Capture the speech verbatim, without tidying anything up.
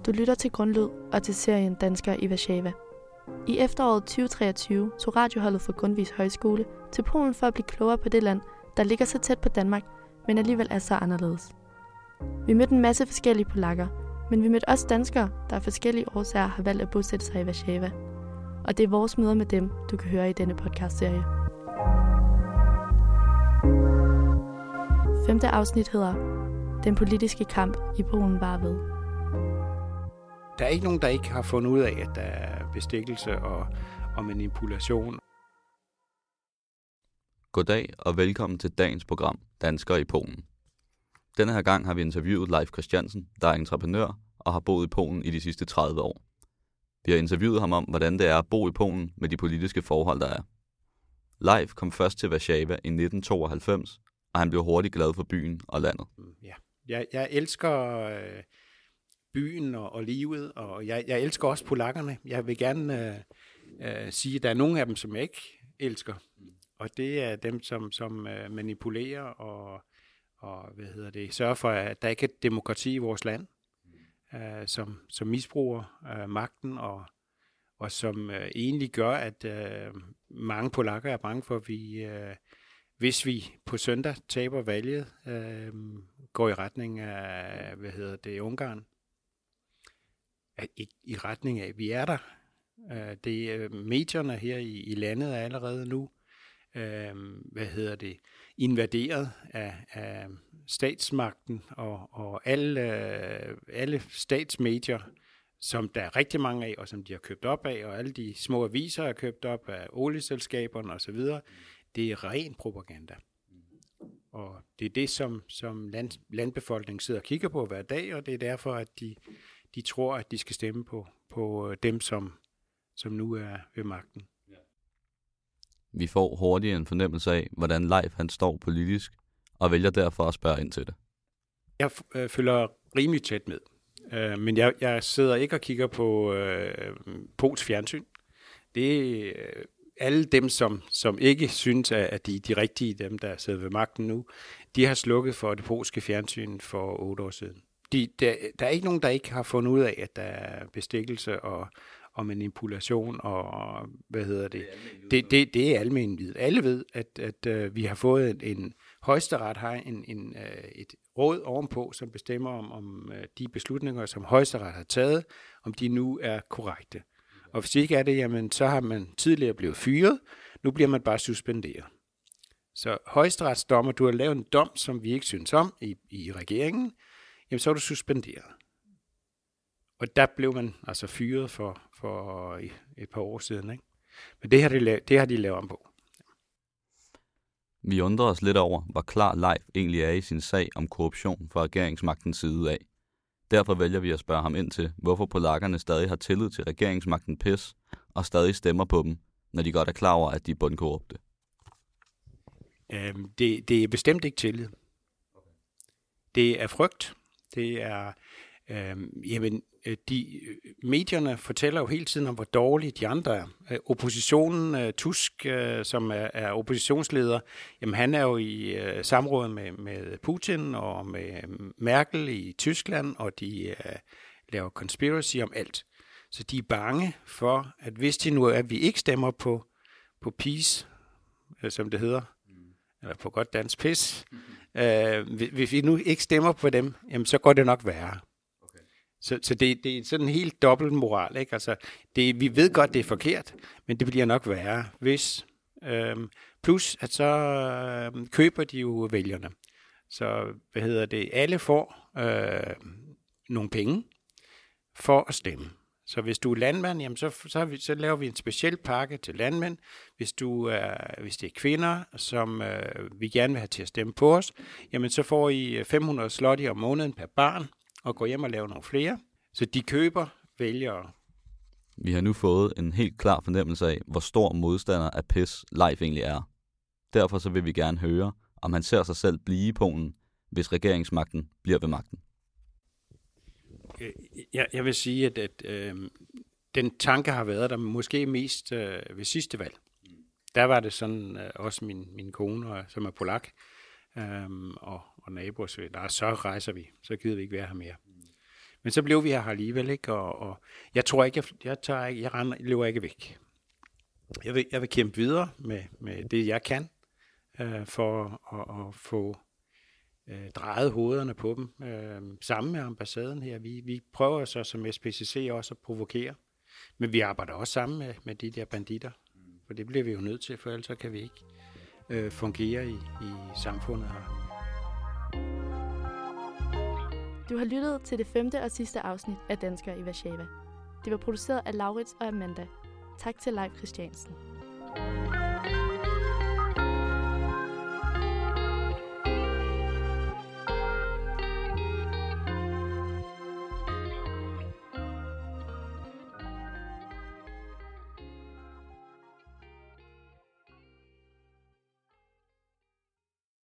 Du lytter til Grundlyd og til serien Danskere i Warszawa. I efteråret tyve treogtyve tog radioholdet fra Grundtvigs Højskole til Polen for at blive klogere på det land, der ligger så tæt på Danmark, men alligevel er så anderledes. Vi mødte en masse forskellige polakker, men vi mødte også danskere, der af forskellige årsager har valgt at bosætte sig i Warszawa. Og det er vores møder med dem, du kan høre i denne podcastserie. Femte afsnit hedder Den politiske kamp i Polen var ved. Der er ikke nogen, der ikke har fundet ud af, at der er bestikkelse og, og manipulation. Goddag og velkommen til dagens program, Danskere i Polen. Denne her gang har vi interviewet Leif Christiansen, der er entreprenør og har boet i Polen i de sidste tredive år. Vi har interviewet ham om, hvordan det er at bo i Polen med de politiske forhold, der er. Leif kom først til Warszawa i nitten tooghalvfems, og han blev hurtigt glad for byen og landet. Ja, jeg, jeg elsker øh, byen og, og livet, og jeg, jeg elsker også polakkerne. Jeg vil gerne øh, øh, sige, at der er nogle af dem, som jeg ikke elsker. Og det er dem, som, som øh, manipulerer og, og hvad hedder det, sørger for, at der ikke er demokrati i vores land, øh, som, som misbruger øh, magten, og, og som øh, egentlig gør, at øh, mange polakker er bange for, at vi, øh, hvis vi på søndag taber valget, øh, går i retning af, hvad hedder det, Ungarn. I, i retning af, vi er der. Øh, det er medierne her i, i landet er allerede nu, øh, hvad hedder det, invaderet af, af statsmagten og, og alle, øh, alle statsmedier, som der er rigtig mange af, og som de har købt op af, og alle de små aviser er købt op af olieselskaberne osv. Det er ren propaganda. Og det er det, som, som land, landbefolkningen sidder og kigger på hver dag, og det er derfor, at de, de tror, at de skal stemme på, på dem, som, som nu er ved magten. Vi får hurtigt en fornemmelse af, hvordan Leif han står politisk, og vælger derfor at spørge ind til det. Jeg øh, følger rimelig tæt med, øh, men jeg, jeg sidder ikke og kigger på øh, Pols fjernsyn. Det er øh, alle dem, som, som ikke synes, at de er de rigtige, dem der sidder ved magten nu, de har slukket for det polske fjernsyn for otte år siden. De, der, der er ikke nogen, der ikke har fundet ud af, at der er bestikkelse og, og manipulation og hvad hedder det. Det, det, det er almen viden. Alle ved, at, at uh, vi har fået en, en højesteret, har en, en, uh, et råd ovenpå, som bestemmer om, om uh, de beslutninger, som højesteret har taget, om de nu er korrekte. Og hvis ikke er det, jamen, så har man tidligere blevet fyret. Nu bliver man bare suspenderet. Så højesteretsdommer, du har lavet en dom, som vi ikke synes om i, i regeringen, jamen så er du suspenderet. Og der blev man altså fyret for, for et par år siden, ikke? Men det har de lavet, det har de lavet om på. Vi undrer os lidt over, hvor klar Leif egentlig er i sin sag om korruption fra regeringsmagtens side af. Derfor vælger vi at spørge ham ind til, hvorfor polakkerne stadig har tillid til regeringsmagten P I S, og stadig stemmer på dem, når de godt er klar over, at de er bundkorrupte. Øhm, det, det er bestemt ikke tillid. Det er frygt. Det er, øhm, jamen, de, medierne fortæller jo hele tiden om, hvor dårlige de andre er. Oppositionen, Tusk, som er, er oppositionsleder, jamen han er jo i øh, samråd med, med Putin og med Merkel i Tyskland, og de øh, laver conspiracy om alt. Så de er bange for, at hvis de nu er, at vi ikke stemmer på, på peace, øh, som det hedder, mm. eller på godt dansk pis, mm-hmm. øh, hvis vi nu ikke stemmer på dem, jamen så går det nok værre. Så, så det, det er sådan en helt dobbelt moral, ikke? Altså, det, vi ved godt, det er forkert, men det bliver nok værre, hvis øhm, plus at så øhm, køber de jo vælgerne. Så hvad hedder det? Alle får øh, nogle penge for at stemme. Så hvis du er landmand, jamen så, så, vi, så laver vi en speciel pakke til landmænd. Hvis, du er, hvis det er kvinder, som øh, vi gerne vil have til at stemme på os, jamen så får I fem hundrede zloty om måneden per barn, og går hjem og laver nogle flere. Så de køber vælgere. Vi har nu fået en helt klar fornemmelse af, hvor stor modstander af P I S Leif egentlig er. Derfor så vil vi gerne høre, om han ser sig selv blive i Polen, hvis regeringsmagten bliver ved magten. Jeg, jeg vil sige, at, at øh, den tanke har været der måske mest øh, ved sidste valg. Der var det sådan, øh, også min, min kone, som er polak, øh, og, og naboer, så, så rejser vi. Så gider vi ikke være her mere. Men så blev vi her alligevel, ikke? Og, og jeg tror ikke, jeg, jeg, tager, jeg render, løber ikke væk. Jeg vil, jeg vil kæmpe videre med, med det, jeg kan, øh, for at, at få øh, drejet hovederne på dem. Øh, sammen med ambassaden her. Vi, vi prøver så som S P C C også at provokere. Men vi arbejder også sammen med, med de der banditter. For det bliver vi jo nødt til, for ellers kan vi ikke øh, fungere i, i samfundet her. Du har lyttet til det femte og sidste afsnit af Danskere i Warszawa. Det var produceret af Laurits og Amanda. Tak til Leif Christiansen.